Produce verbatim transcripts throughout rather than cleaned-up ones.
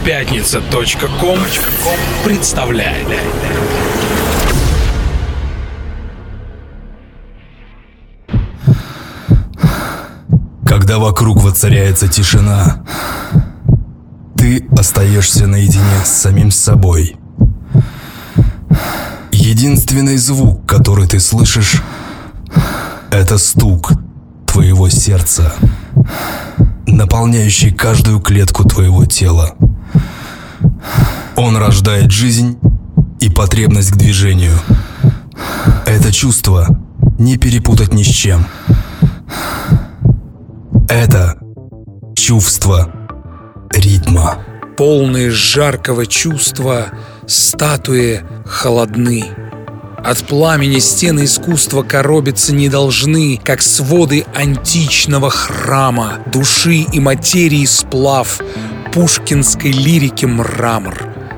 Пятница точка ком представляет. Когда вокруг воцаряется тишина, ты остаешься наедине с самим собой. Единственный звук, который ты слышишь, это стук твоего сердца, наполняющий каждую клетку твоего тела. Он рождает жизнь и потребность к движению. Это чувство не перепутать ни с чем. Это чувство ритма. Полные жаркого чувства статуи холодны. От пламени стены искусства коробиться не должны, как своды античного храма, души и материи сплав, пушкинской лирики мрамор,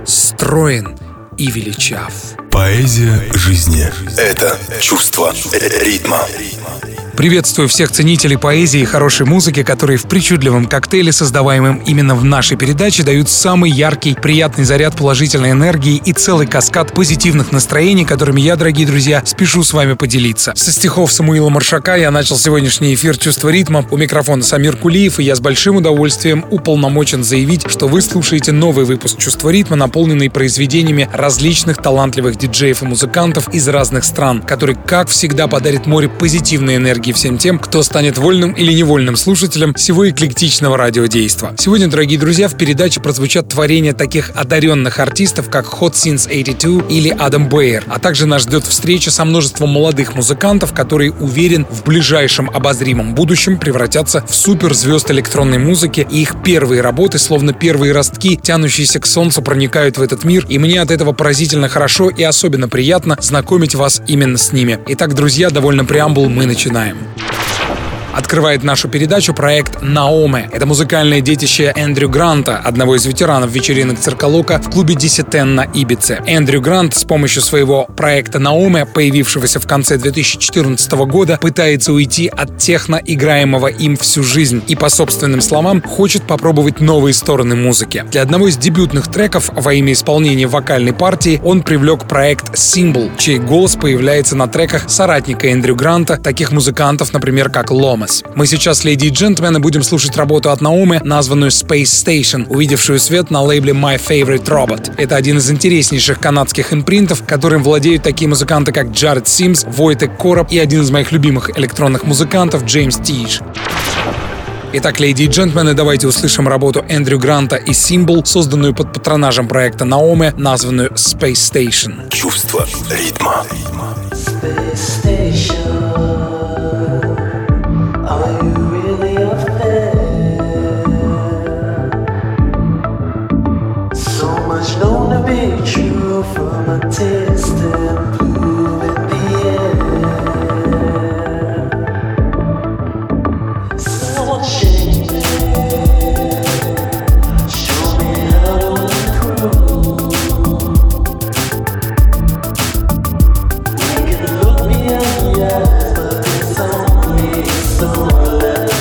строен и величав. Поэзия жизни — это чувство ритма. Приветствую всех ценителей поэзии и хорошей музыки, которые в причудливом коктейле, создаваемом именно в нашей передаче, дают самый яркий, приятный заряд положительной энергии и целый каскад позитивных настроений, которыми я, дорогие друзья, спешу с вами поделиться. Со стихов Самуила Маршака я начал сегодняшний эфир «Чувство ритма». У микрофона Самир Кулиев, и я с большим удовольствием уполномочен заявить, что вы слушаете новый выпуск «Чувства ритма», наполненный произведениями различных талантливых диджеев и музыкантов из разных стран, который, как всегда, подарит море позитивной энергии всем тем, кто станет вольным или невольным слушателем всего эклектичного радиодейства. Сегодня, дорогие друзья, в передаче прозвучат творения таких одаренных артистов, как Hot Since восемьдесят два или Адам Бейер, а также нас ждет встреча со множеством молодых музыкантов, которые, уверен, в ближайшем обозримом будущем превратятся в суперзвезд электронной музыки, и их первые работы, словно первые ростки, тянущиеся к солнцу, проникают в этот мир, и мне от этого поразительно хорошо и особенно приятно знакомить вас именно с ними. Итак, друзья, довольно преамбул, мы начинаем. Открывает нашу передачу проект «Наоме». Это музыкальное детище Эндрю Гранта, одного из ветеранов вечеринок Цирколока в клубе Десятен на Ибице. Эндрю Грант с помощью своего проекта «Наоме», появившегося в конце две тысячи четырнадцатого года, пытается уйти от техно, играемого им всю жизнь, и, по собственным словам, хочет попробовать новые стороны музыки. Для одного из дебютных треков во имя исполнения вокальной партии он привлек проект Symbol, чей голос появляется на треках соратника Эндрю Гранта, таких музыкантов, например, как Лома. Мы сейчас, леди и джентльмены, будем слушать работу от Наоме, названную Space Station, увидевшую свет на лейбле My Favorite Robot. Это один из интереснейших канадских импринтов, которым владеют такие музыканты, как Джаред Симс, Войтек Короб и один из моих любимых электронных музыкантов Джеймс Тидж. Итак, леди и джентльмены, давайте услышим работу Эндрю Гранта и Symbol, созданную под патронажем проекта Наоме, названную Space Station. Чувство ритма. Known to be true from a taste and blue in the air. So shake me, show me how to improve. You can look me in the eyes, but there's only so left.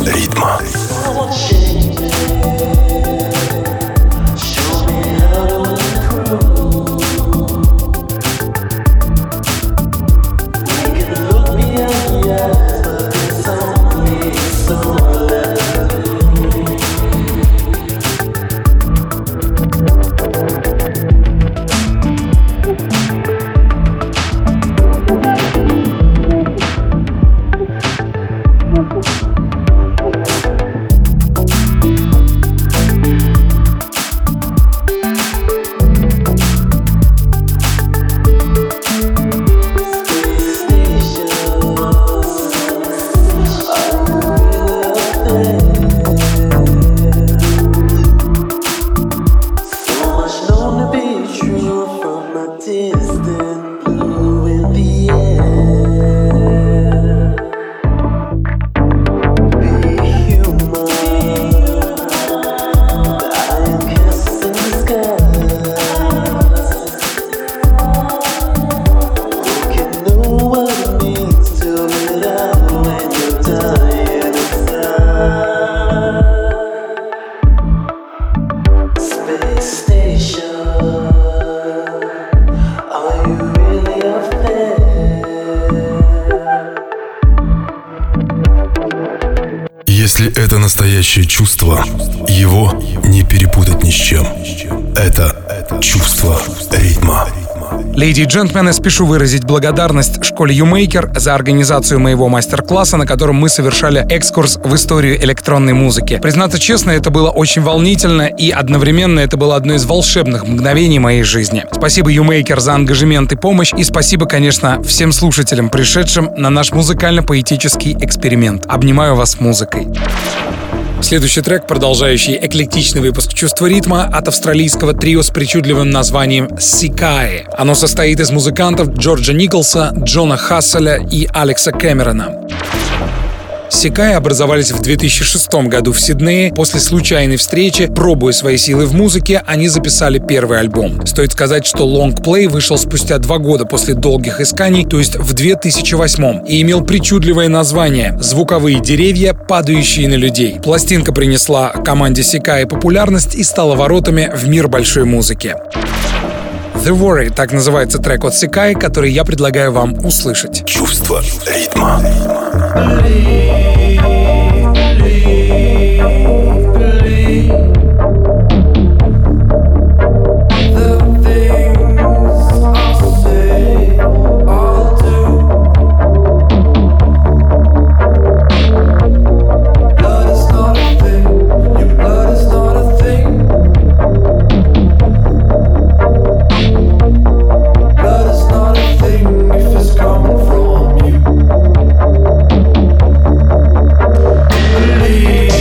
ритма. Если это настоящее чувство, его не перепутать ни с чем. Это чувство ритма. Леди и джентльмены, спешу выразить благодарность школе YouMaker за организацию моего мастер-класса, на котором мы совершали экскурс в историю электронной музыки. Признаться честно, это было очень волнительно, и одновременно это было одно из волшебных мгновений моей жизни. Спасибо YouMaker за ангажемент и помощь, и спасибо, конечно, всем слушателям, пришедшим на наш музыкально-поэтический эксперимент. Обнимаю вас музыкой. Следующий трек, продолжающий эклектичный выпуск «Чувства ритма» от австралийского трио с причудливым названием «Сикаи». Оно состоит из музыкантов Джорджа Николса, Джона Хасселя и Алекса Кэмерона. Сикаи образовались в две тысячи шестом году в Сиднее. После случайной встречи, пробуя свои силы в музыке, они записали первый альбом. Стоит сказать, что Long Play вышел спустя два года после долгих исканий, то есть в две тысячи восьмом, и имел причудливое название «Звуковые деревья, падающие на людей». Пластинка принесла команде Сикаи популярность и стала воротами в мир большой музыки. The Worry — так называется трек от Сикаи, который я предлагаю вам услышать. Чувство ритма. Coming from you.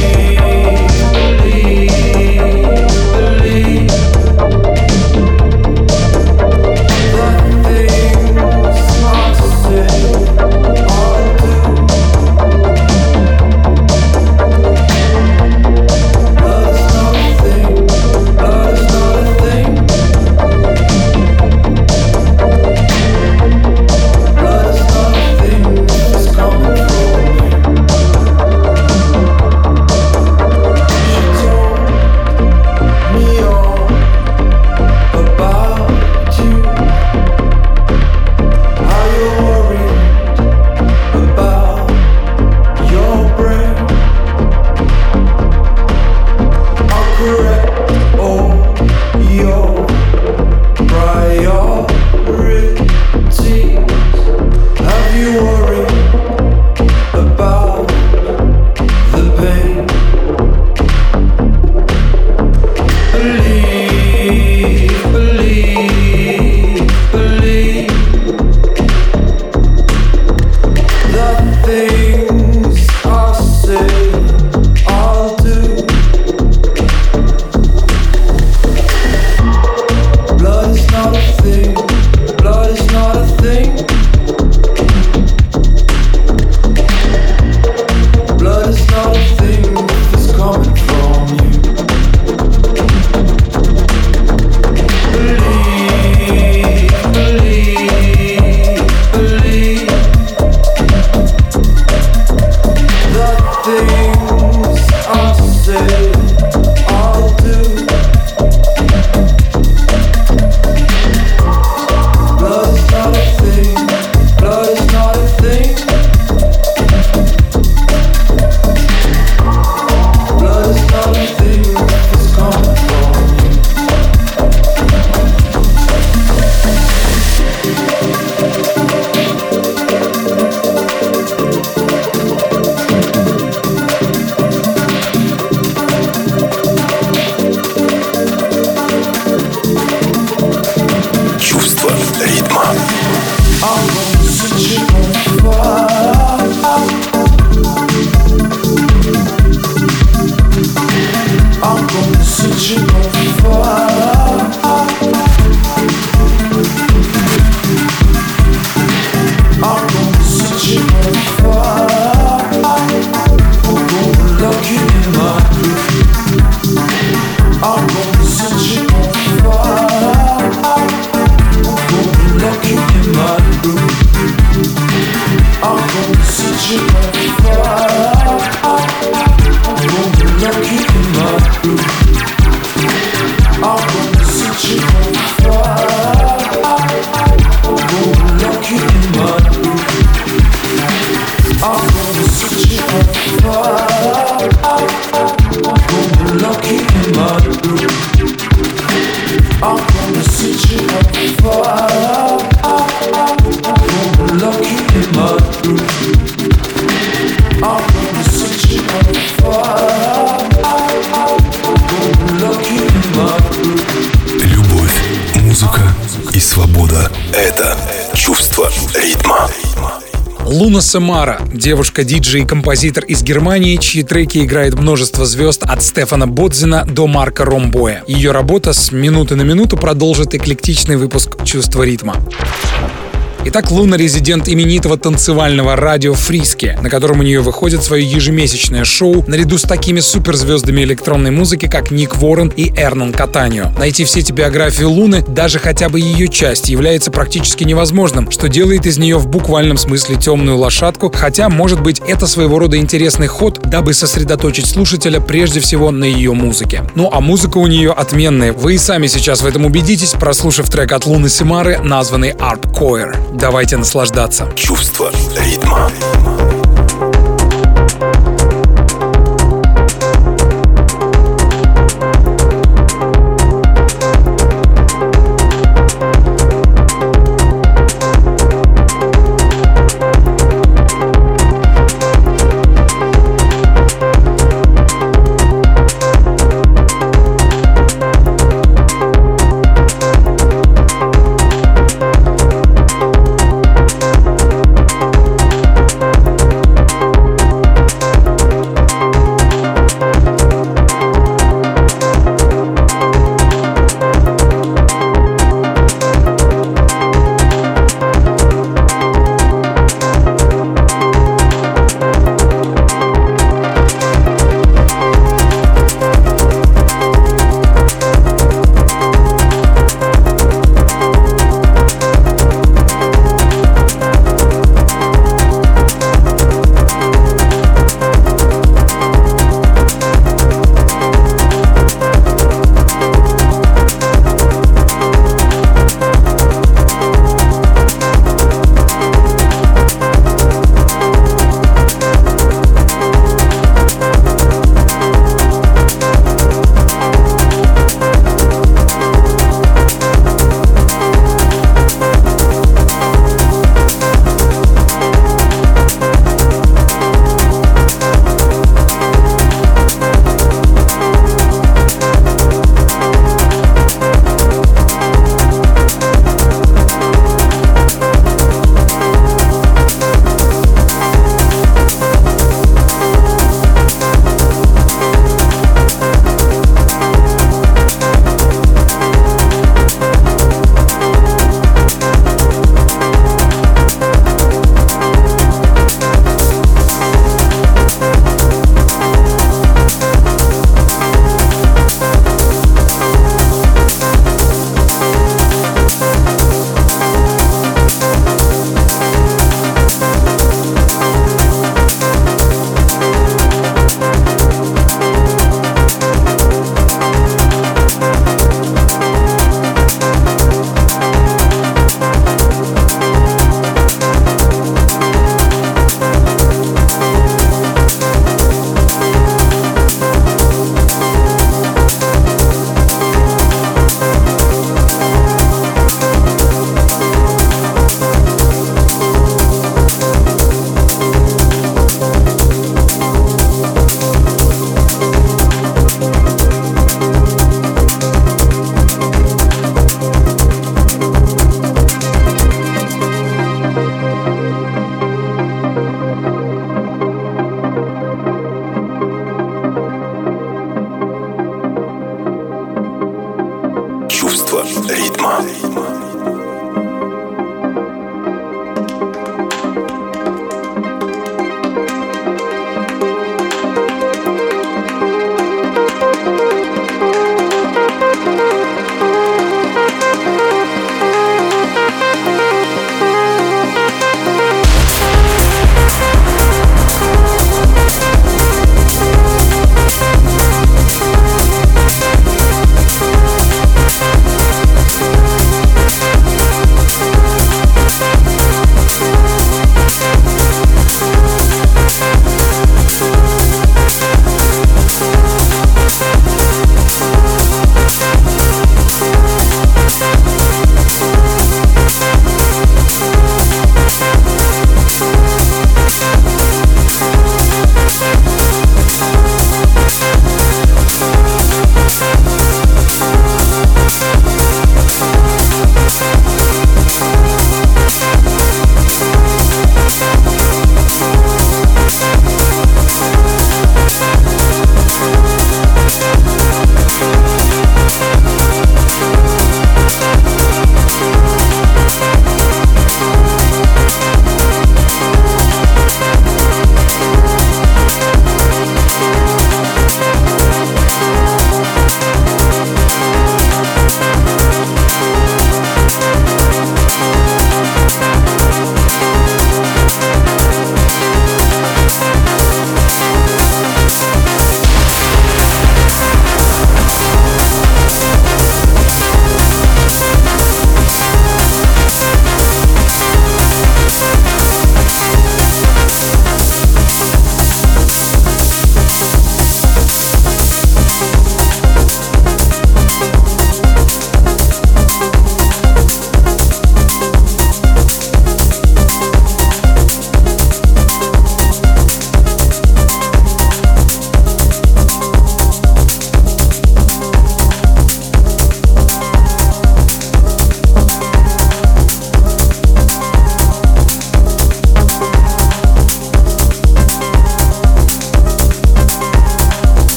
Любовь, музыка и свобода — это чувство ритма. Луна Самара – девушка-диджей и композитор из Германии, чьи треки играет множество звезд от Стефана Бодзина до Марка Ромбоя. Ее работа с минуты на минуту продолжит эклектичный выпуск «Чувства ритма». Итак, Луна — резидент именитого танцевального радио Фриски, на котором у нее выходит свое ежемесячное шоу наряду с такими суперзвездами электронной музыки, как Ник Уоррен и Эрнан Катаньо. Найти в сети биографию Луны, даже хотя бы ее часть, является практически невозможным, что делает из нее в буквальном смысле темную лошадку, хотя, может быть, это своего рода интересный ход, дабы сосредоточить слушателя прежде всего на ее музыке. Ну а музыка у нее отменная, вы и сами сейчас в этом убедитесь, прослушав трек от Луны Самары, названный Hardcore. Давайте наслаждаться. Чувство ритма.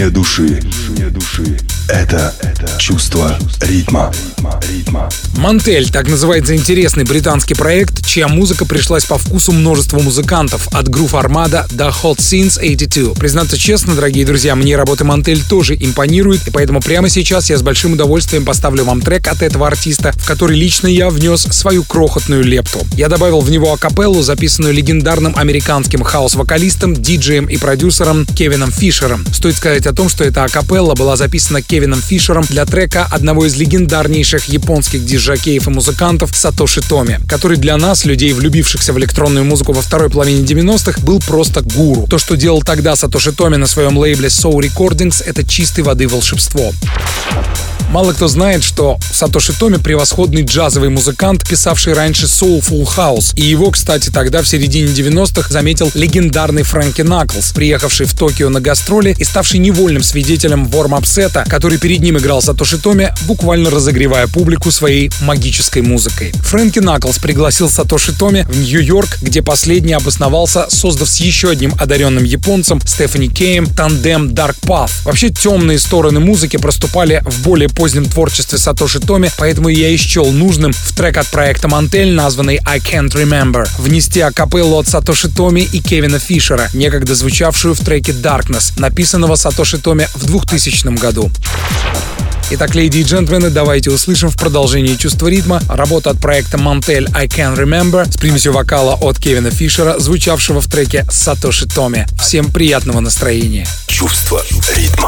Движение души. Это чувство ритма. Мантель, так называется интересный британский проект, чья музыка пришлась по вкусу множеству музыкантов, от Groove Armada до Hot Scenes восемьдесят два. Признаться честно, дорогие друзья, мне работа Мантель тоже импонирует, и поэтому прямо сейчас я с большим удовольствием поставлю вам трек от этого артиста, в который лично я внес свою крохотную лепту. Я добавил в него акапеллу, записанную легендарным американским хаус-вокалистом, диджеем и продюсером Кевином Фишером. Стоит сказать о том, что эта акапелла была записана Кевином Фишером для трека одного из легендарнейших японских диджакеев и музыкантов Сатоши Томи, который для нас, людей, влюбившихся в электронную музыку во второй половине девяностых, был просто гуру. То, что делал тогда Сатоши Томи на своем лейбле Soul Recordings, это чистой воды волшебство. Мало кто знает, что Сатоши Томи — превосходный джазовый музыкант, писавший раньше Soulful House. И его, кстати, тогда, в середине девяностых, заметил легендарный Фрэнки Наклз, приехавший в Токио на гастроли и ставший невольным свидетелем ворм-ап-сета, который перед ним играл Сатоши Томи, буквально разогревая публику своей магической музыкой. Фрэнки Наклз пригласил Сатоши Томи в Нью-Йорк, где последний обосновался, создав с еще одним одаренным японцем, Стефани Кейм, тандем Dark Path. Вообще, темные стороны музыки проступали в более позднем творчестве Сатоши Томи, поэтому я и счел нужным в трек от проекта Мантель, названный I Can't Remember, внести акапеллу от Сатоши Томи и Кевина Фишера, некогда звучавшую в треке Darkness, написанного Сатоши Томи в двухтысячном году. Итак, леди и джентльмены, давайте услышим в продолжении чувства ритма работу от проекта Мантель I Can't Remember с примесью вокала от Кевина Фишера, звучавшего в треке Сатоши Томи. Всем приятного настроения. Чувство ритма.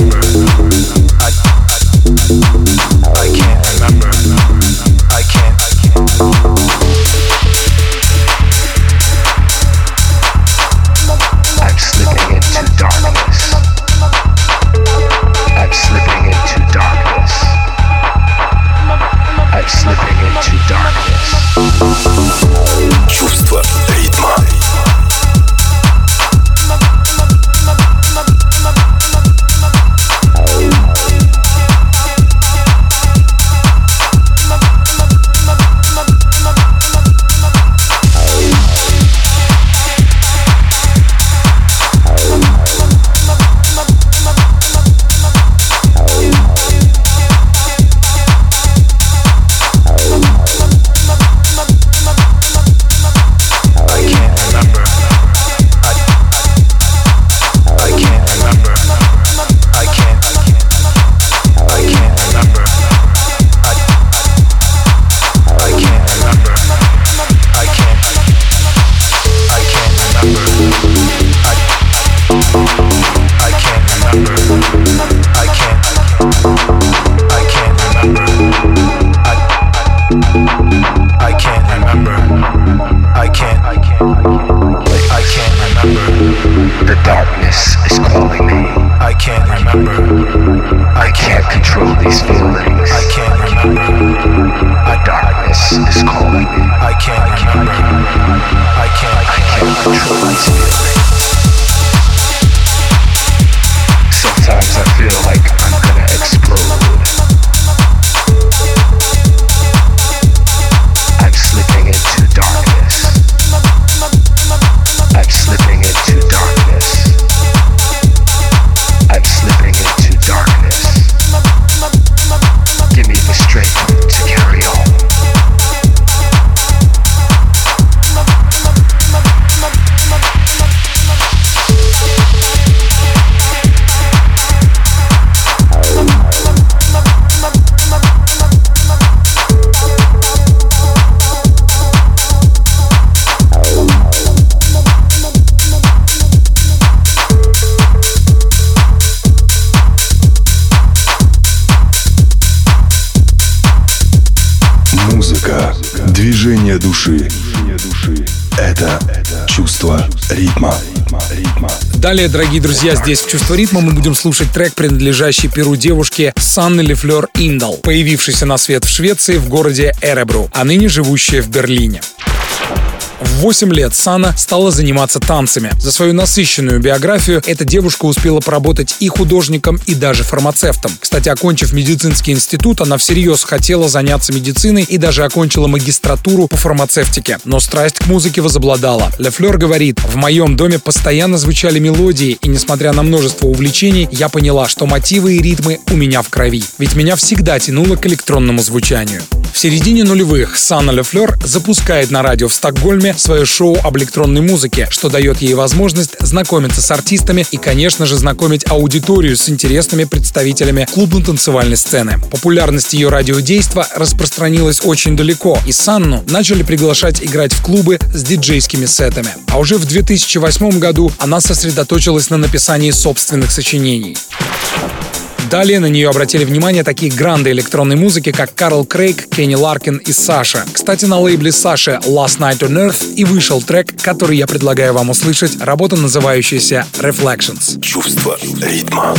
I can't slipping into darkness. Чувство ритма. Движение души. Это чувство ритма. Далее, дорогие друзья, здесь в «Чувство ритма» мы будем слушать трек, принадлежащий перу девушке Санне Лефлер Индал, появившейся на свет в Швеции в городе Эребру, а ныне живущая в Берлине. В восемь лет Санна стала заниматься танцами. За свою насыщенную биографию эта девушка успела поработать и художником, и даже фармацевтом. Кстати, окончив медицинский институт, она всерьез хотела заняться медициной и даже окончила магистратуру по фармацевтике. Но страсть к музыке возобладала. Лефлер говорит: «В моем доме постоянно звучали мелодии, и несмотря на множество увлечений, я поняла, что мотивы и ритмы у меня в крови. Ведь меня всегда тянуло к электронному звучанию». В середине нулевых Санна Лефлер запускает на радио в Стокгольме свое шоу об электронной музыке, что дает ей возможность знакомиться с артистами и, конечно же, знакомить аудиторию с интересными представителями клубно-танцевальной сцены. Популярность ее радиодейства распространилась очень далеко, и Санну начали приглашать играть в клубы с диджейскими сетами. А уже в две тысячи восьмом году она сосредоточилась на написании собственных сочинений. Далее на нее обратили внимание такие гранды электронной музыки, как Карл Крейг, Кенни Ларкин и Саша. Кстати, на лейбле Саши Last Night on Earth и вышел трек, который я предлагаю вам услышать, работа, называющаяся Reflections. Чувство ритма.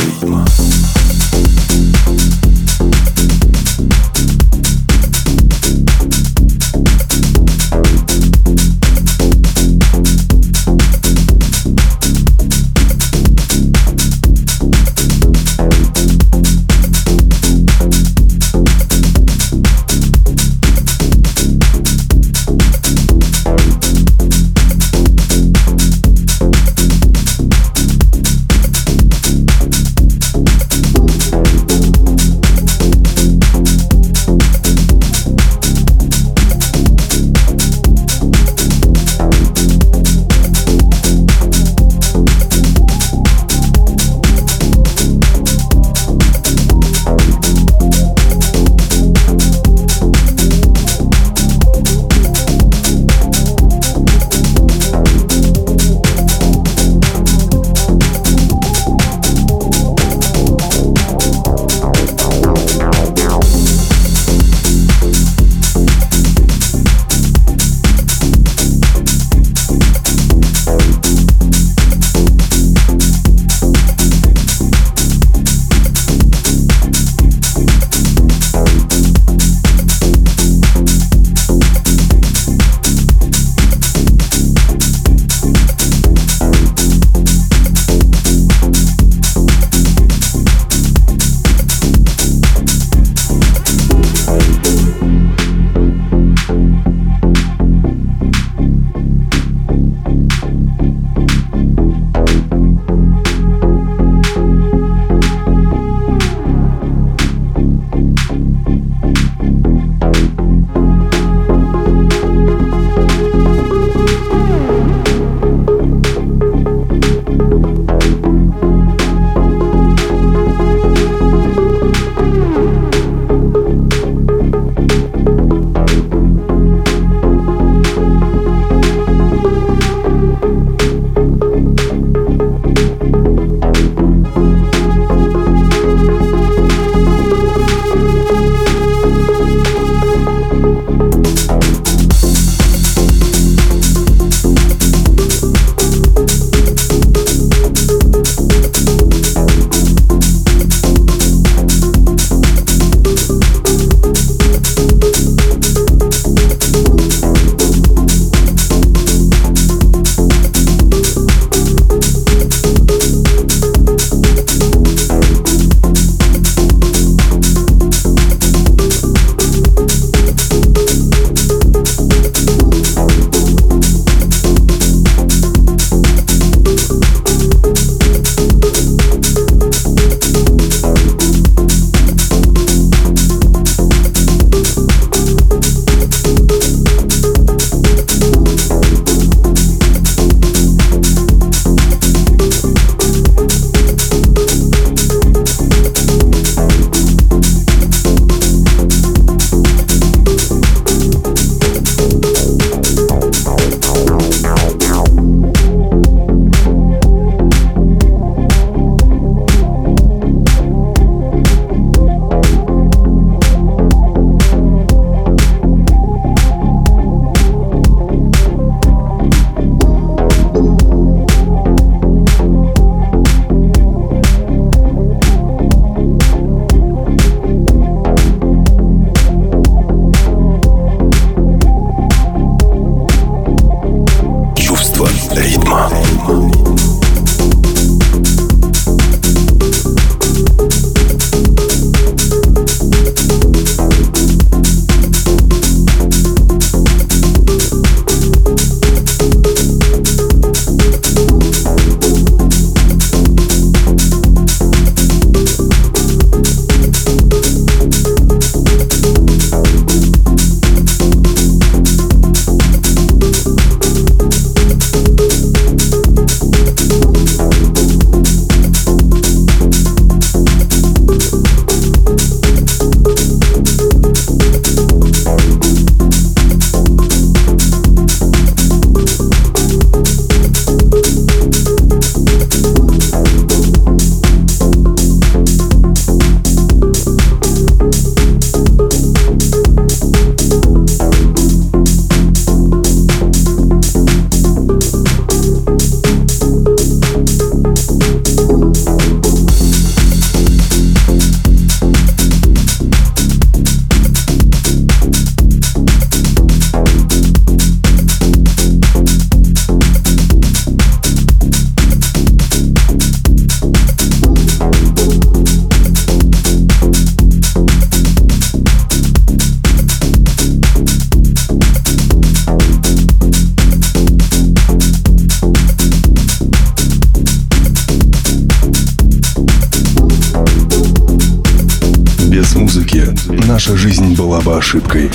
Наша жизнь была бы ошибкой.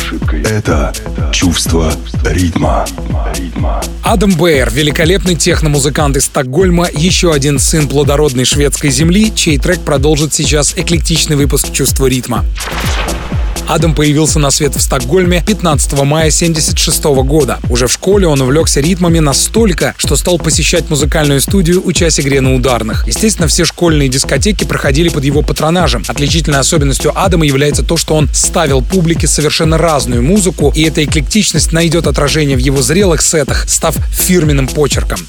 Это чувство ритма. Адам Бейер, великолепный техномузыкант из Стокгольма, еще один сын плодородной шведской земли, чей трек продолжит сейчас эклектичный выпуск «Чувства ритма». Адам появился на свет в Стокгольме пятнадцатого мая семьдесят шестого года. Уже в школе он увлекся ритмами настолько, что стал посещать музыкальную студию, учась игре на ударных. Естественно, все школьные дискотеки проходили под его патронажем. Отличительной особенностью Адама является то, что он ставил публике совершенно разную музыку, и эта эклектичность найдет отражение в его зрелых сетах, став фирменным почерком.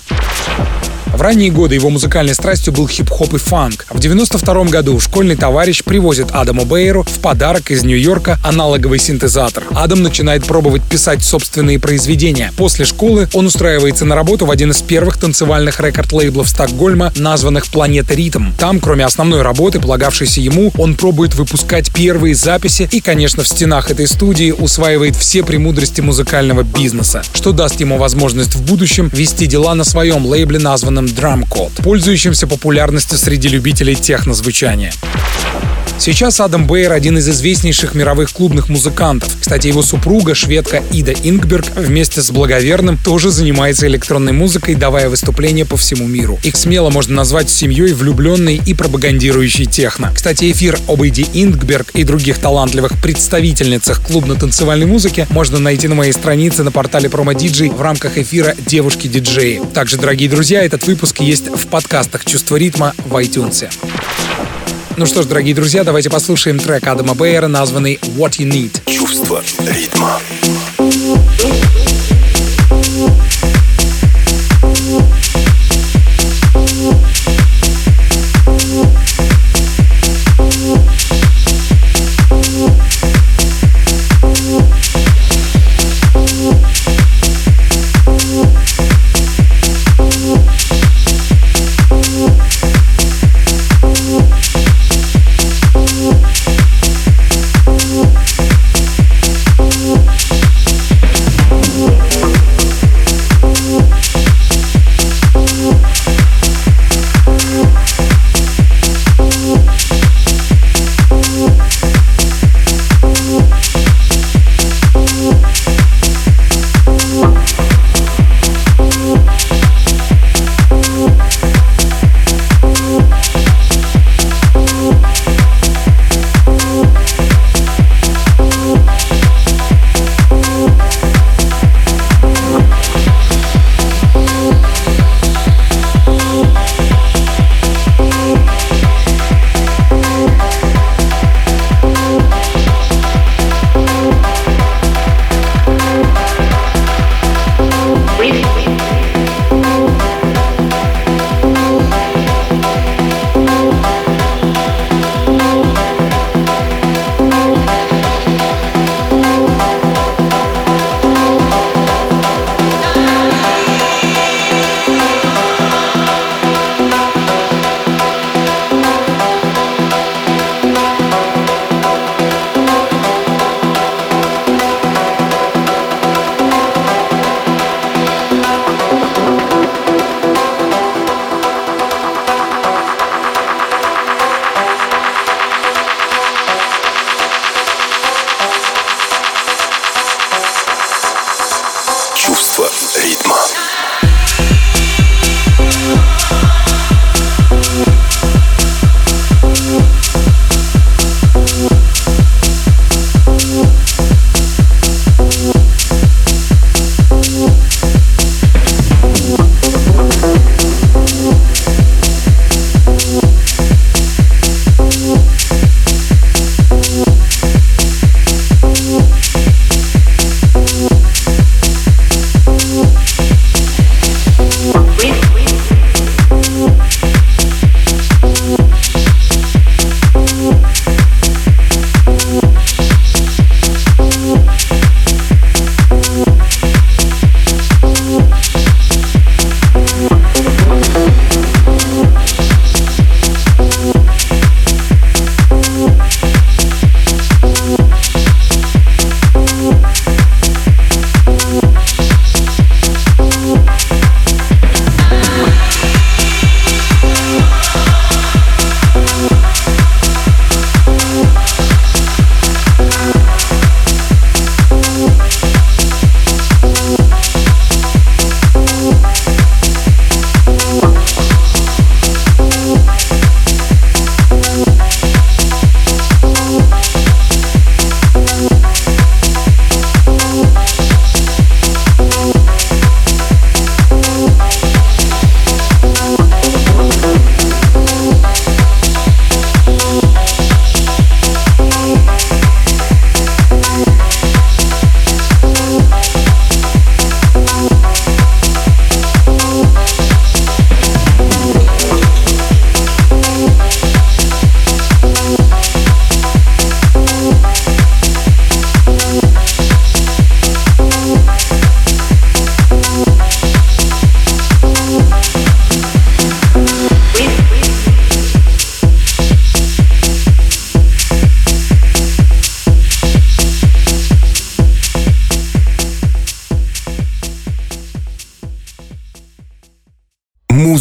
В ранние годы его музыкальной страстью был хип-хоп и фанк. В девяносто втором году школьный товарищ привозит Адаму Бейеру в подарок из Нью-Йорка аналоговый синтезатор. Адам начинает пробовать писать собственные произведения. После школы он устраивается на работу в один из первых танцевальных рекорд-лейблов Стокгольма, названных «Планета Ритм». Там, кроме основной работы, полагавшейся ему, он пробует выпускать первые записи и, конечно, в стенах этой студии усваивает все премудрости музыкального бизнеса, что даст ему возможность в будущем вести дела на своем лейбле, названном Drum Code, пользующимся популярностью среди любителей технозвучания. Сейчас Адам Бейер — один из известнейших мировых клубных музыкантов. Кстати, его супруга, шведка Ида Ингберг, вместе с Благоверным тоже занимается электронной музыкой, давая выступления по всему миру. Их смело можно назвать семьей, влюбленной и пропагандирующей техно. Кстати, эфир об Иде Ингберг и других талантливых представительницах клубно-танцевальной музыки можно найти на моей странице на портале промо-диджей в рамках эфира «Девушки-диджеи». Также, дорогие друзья, этот выпуск есть в подкастах «Чувство ритма» в iTunes. Ну что ж, дорогие друзья, давайте послушаем трек Адама Бейера, названный «What You Need». Чувство ритма.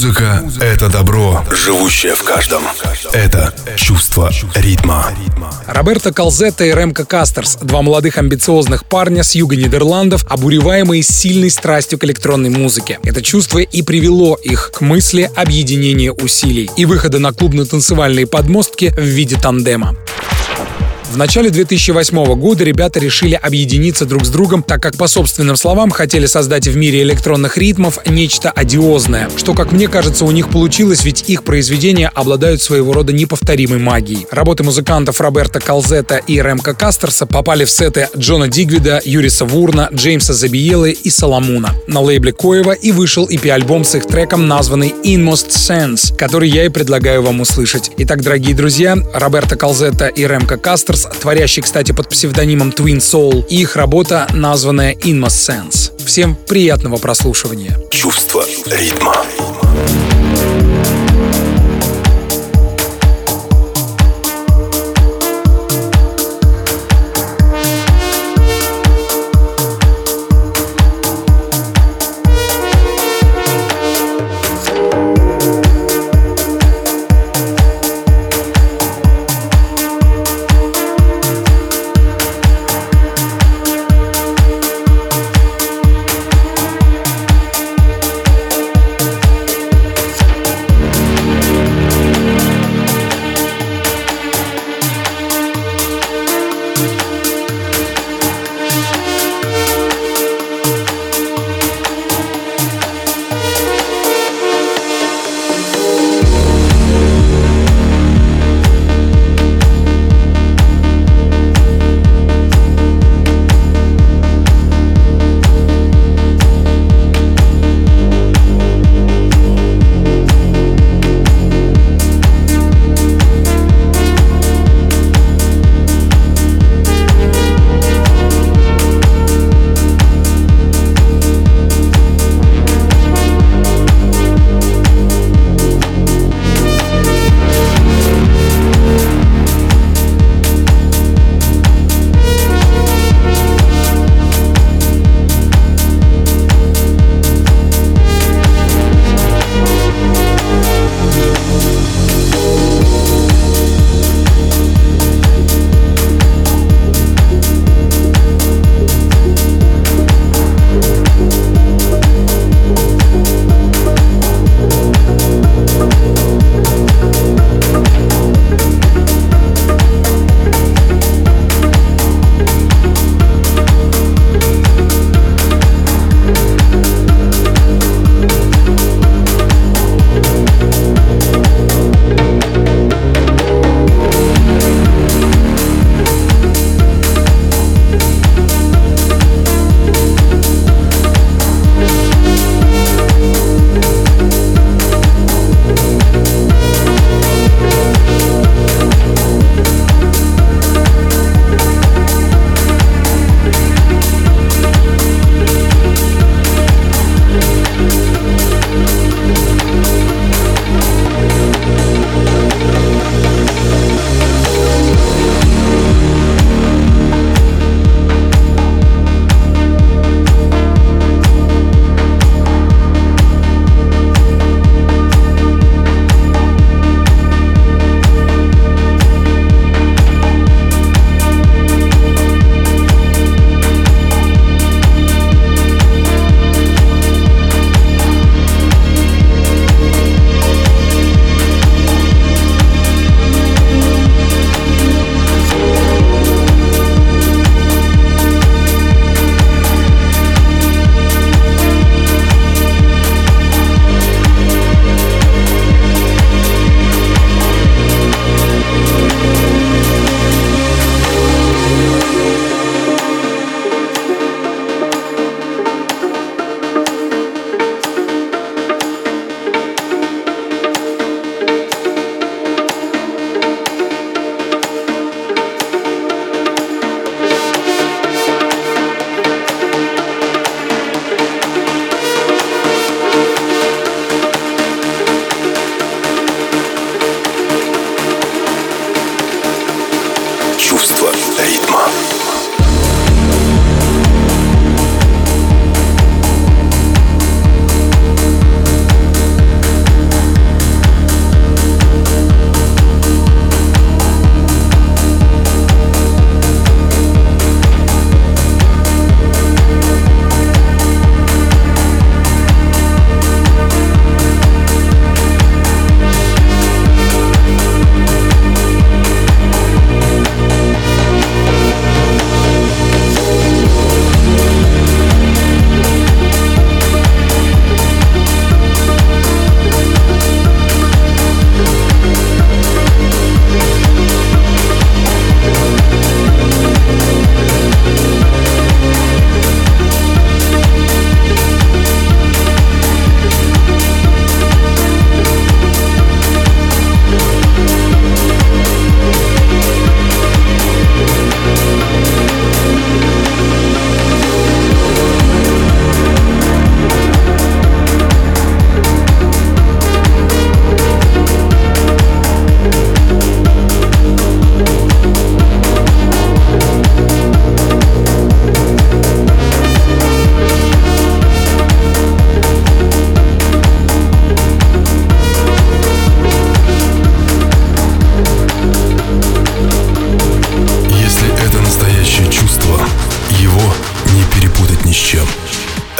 Музыка — это добро, живущее в каждом. это чувство ритма. Роберто Калзетта и Ремко Кастерс — два молодых амбициозных парня с юга Нидерландов, обуреваемые сильной страстью к электронной музыке. Это чувство и привело их к мысли объединения усилий и выхода на клубно-танцевальные подмостки в виде тандема. В начале две тысячи восьмого года ребята решили объединиться друг с другом, так как, по собственным словам, хотели создать в мире электронных ритмов нечто одиозное, что, как мне кажется, у них получилось, ведь их произведения обладают своего рода неповторимой магией. Работы музыкантов Роберто Калзетта и Ремко Кастерса попали в сеты Джона Дигвида, Юриса Вурна, Джеймса Забиелы и Соломуна. На лейбле Коева и вышел и пи-альбом с их треком, названный Inmost Sense, который я и предлагаю вам услышать. Итак, дорогие друзья, Роберто Калзетта и Ремко Кастерс, творящий, кстати, под псевдонимом Twin Soul, и их работа, названная Inmost Sense. Всем приятного прослушивания. Чувство ритма.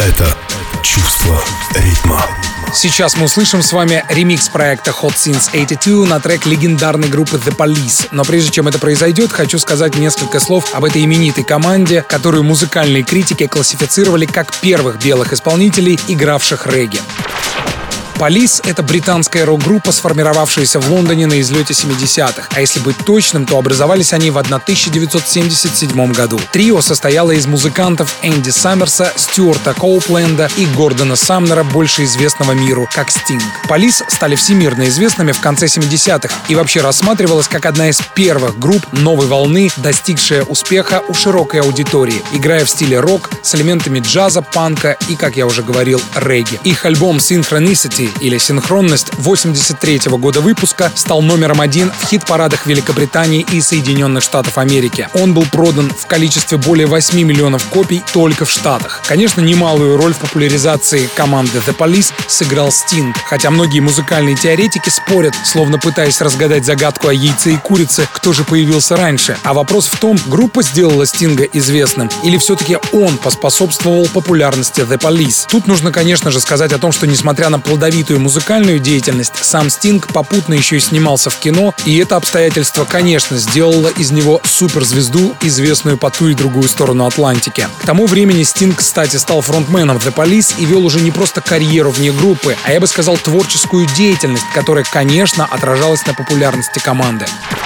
Это чувство ритма. Сейчас мы услышим с вами ремикс проекта Hot Since восемьдесят два на трек легендарной группы The Police. Но прежде чем это произойдет, хочу сказать несколько слов об этой именитой команде, которую музыкальные критики классифицировали как первых белых исполнителей, игравших регги. Police — это британская рок-группа, сформировавшаяся в Лондоне на излете семидесятых. А если быть точным, то образовались они в тысяча девятьсот семьдесят седьмом году. Трио состояло из музыкантов Энди Саммерса, Стюарта Коупленда и Гордона Самнера, больше известного миру как Sting. Police стали всемирно известными в конце семидесятых и вообще рассматривалась как одна из первых групп новой волны, достигшая успеха у широкой аудитории, играя в стиле рок с элементами джаза, панка и, как я уже говорил, регги. Их альбом Synchronicity или «Синхронность» восемьдесят третьего года выпуска стал номером один в хит-парадах Великобритании и Соединенных Штатов Америки. Он был продан в количестве более восьми миллионов копий только в Штатах. Конечно, немалую роль в популяризации команды The Police сыграл Sting, хотя многие музыкальные теоретики спорят, словно пытаясь разгадать загадку о яйце и курице, кто же появился раньше. А вопрос в том, группа сделала Стинга известным или все-таки он поспособствовал популярности The Police. Тут нужно, конечно же, сказать о том, что несмотря на плодовитую музыкальную деятельность, сам Стинг попутно еще и снимался в кино, и это обстоятельство, конечно, сделало из него суперзвезду, известную по ту и другую сторону Атлантики. К тому времени Стинг, кстати, стал фронтменом The Police и вел уже не просто карьеру вне группы, а я бы сказал творческую деятельность, которая, конечно, отражалась на популярности команды.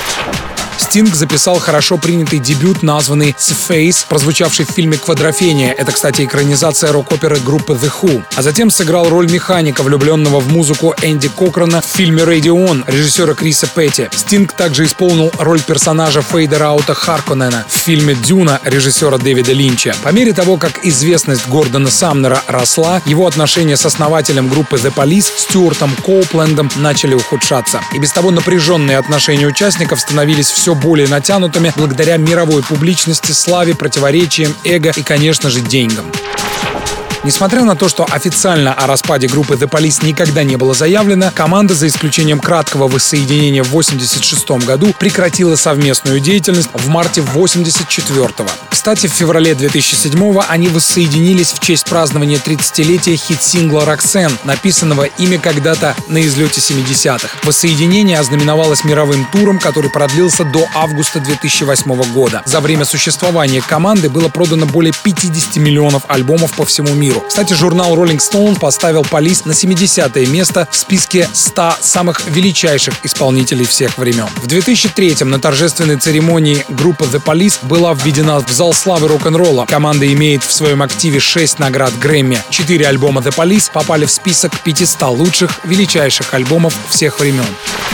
Стинг записал хорошо принятый дебют, названный «The Face», прозвучавший в фильме «Квадрофения». Это, кстати, экранизация рок-оперы группы The Who. А затем сыграл роль механика, влюбленного в музыку Энди Кокрона в фильме «Radio On» режиссера Криса Петти. Стинг также исполнил роль персонажа Фейдера Аута Харконнена в фильме «Дюна» режиссера Дэвида Линча. По мере того, как известность Гордона Самнера росла, его отношения с основателем группы The Police Стюартом Коуплендом начали ухудшаться. И без того напряженные отношения участников становились все более натянутыми благодаря мировой публичности, славе, противоречиям, эго и, конечно же, деньгам. Несмотря на то, что официально о распаде группы The Police никогда не было заявлено, команда, за исключением краткого воссоединения в восемьдесят шестом году, прекратила совместную деятельность в марте восемьдесят четвёртого. Кстати, в феврале две тысячи седьмого они воссоединились в честь празднования тридцатилетия хит-сингла «Roxanne», написанного ими когда-то на излете семидесятых. Воссоединение ознаменовалось мировым туром, который продлился до августа две тысячи восьмого года. За время существования команды было продано более пятидесяти миллионов альбомов по всему миру. Кстати, журнал Rolling Stone поставил Police на семидесятое место в списке ста самых величайших исполнителей всех времен. В две тысячи третьем на торжественной церемонии группа The Police была введена в зал славы рок-н-ролла. Команда имеет в своем активе шесть наград Грэмми. Четыре альбома The Police попали в список пятисот лучших, величайших альбомов всех времен.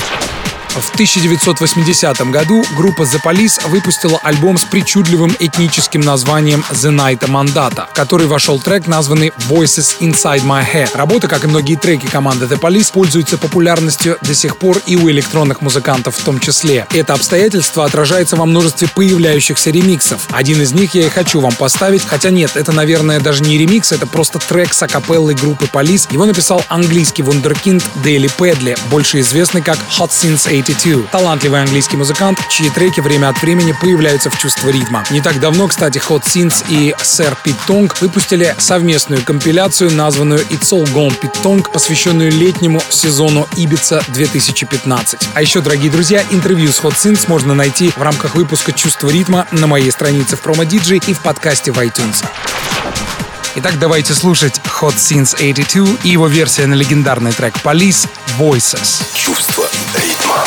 В тысяча девятьсот восьмидесятом году группа The Police выпустила альбом с причудливым этническим названием The Night Mandata, в который вошел трек, названный Voices Inside My Head. Работа, как и многие треки команды The Police, пользуется популярностью до сих пор и у электронных музыкантов в том числе. Это обстоятельство отражается во множестве появляющихся ремиксов. Один из них я и хочу вам поставить, хотя нет, это, наверное, даже не ремикс, это просто трек с акапеллой группы Police. Его написал английский вундеркинд Дейли Пэдли, больше известный как Hot Since восемьдесят два. Талантливый английский музыкант, чьи треки время от времени появляются в чувство ритма. Не так давно, кстати, Hot Since и сэр Пит Тонг выпустили совместную компиляцию, названную It's All Gone Pete Tong, посвященную летнему сезону Ибица две тысячи пятнадцать. А еще, дорогие друзья, интервью с Hot Since можно найти в рамках выпуска «Чувство ритма» на моей странице в промо-диджей и в подкасте в iTunes. Итак, давайте слушать Hot Since восемьдесят два и его версия на легендарный трек Police Voices. Чувство ритма.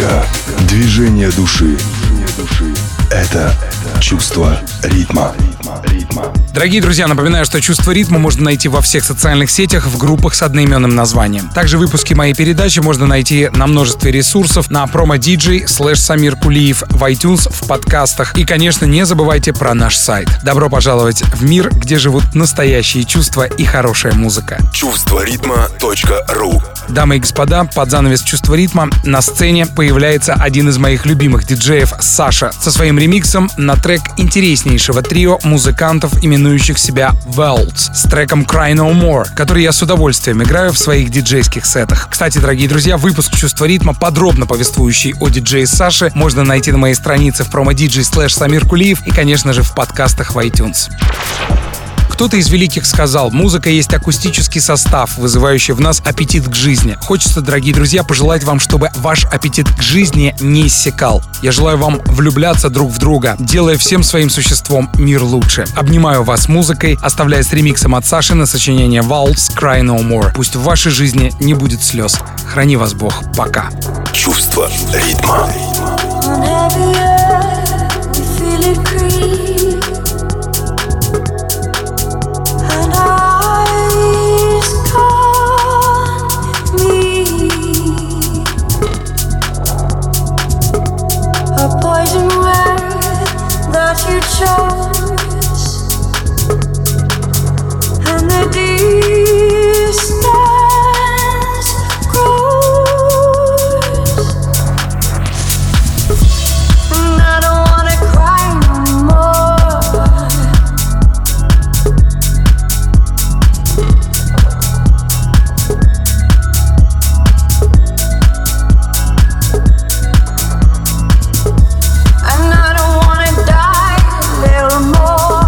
Музыка, движение души. Это чувство ритма. Дорогие друзья, напоминаю, что «Чувство ритма» можно найти во всех социальных сетях в группах с одноименным названием. Также выпуски моей передачи можно найти на множестве ресурсов, на промо-диджей слэш Самир Кулиев, в iTunes, в подкастах. И, конечно, не забывайте про наш сайт. Добро пожаловать в мир, где живут настоящие чувства и хорошая музыка. чувство ритма точка ру. Дамы и господа, под занавес «Чувство ритма» на сцене появляется один из моих любимых диджеев Саша со своим ремиксом на трек интереснейшего трио музыкантов, именующих себя Welts, с треком Cry No More, который я с удовольствием играю в своих диджейских сетах. Кстати, дорогие друзья, выпуск «Чувство ритма», подробно повествующий о диджее Саше, можно найти на моей странице в промо-диджей слэш Самир Кулиев и, конечно же, в подкастах в iTunes. Кто-то из великих сказал: музыка есть акустический состав, вызывающий в нас аппетит к жизни. Хочется, дорогие друзья, пожелать вам, чтобы ваш аппетит к жизни не иссякал. Я желаю вам влюбляться друг в друга, делая всем своим существом мир лучше. Обнимаю вас музыкой, оставляя с ремиксом от Саши на сочинение Waltz Cry No More. Пусть в вашей жизни не будет слез. Храни вас Бог. Пока. Чувство ритма. You chose, and the distance grows, and I don't wanna cry no more. And I don't wanna die a little more.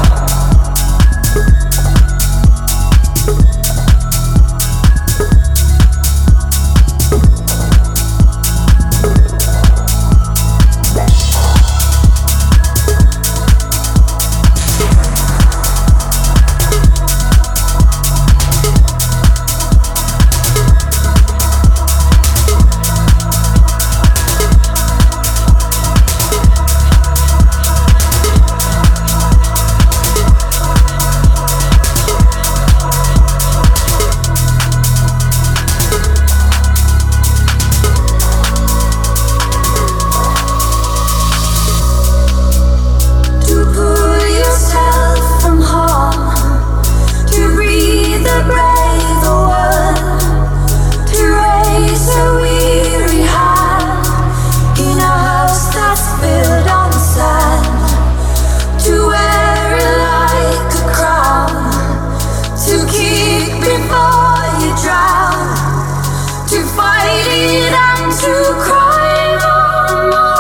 To pull yourself from harm, to breathe the brave world, to raise a weary hand in a house that's built on sand, to wear it like a crown, to kick before you drown, to fight it and to cry no more.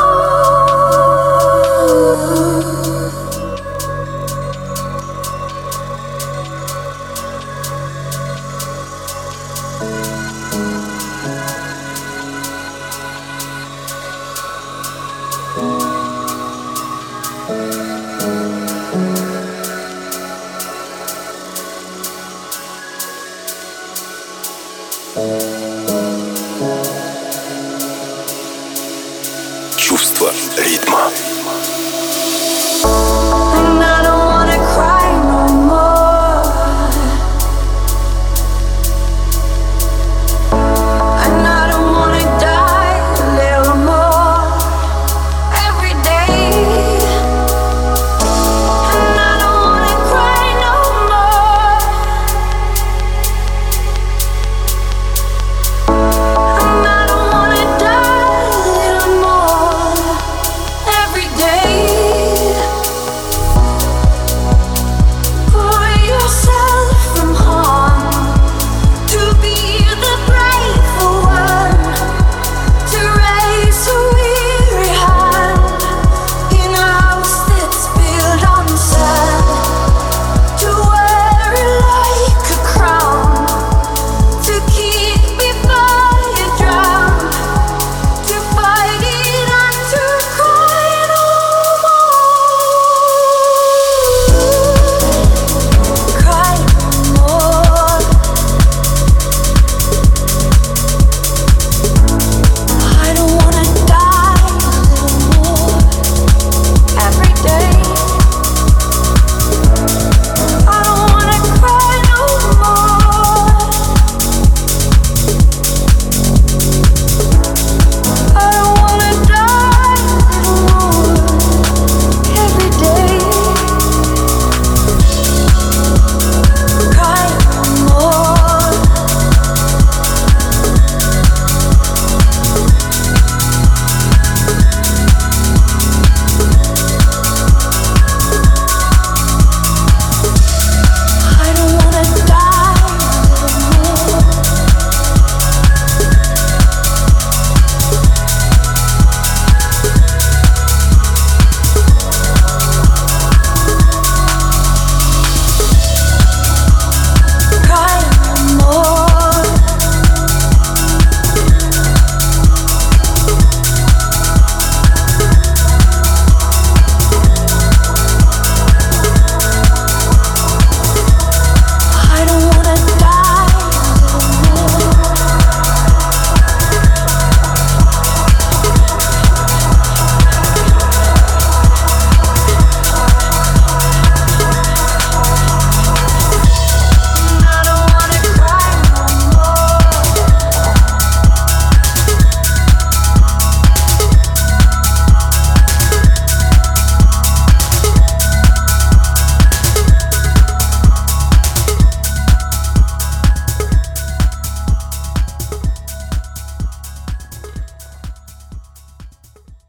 Чувство ритма.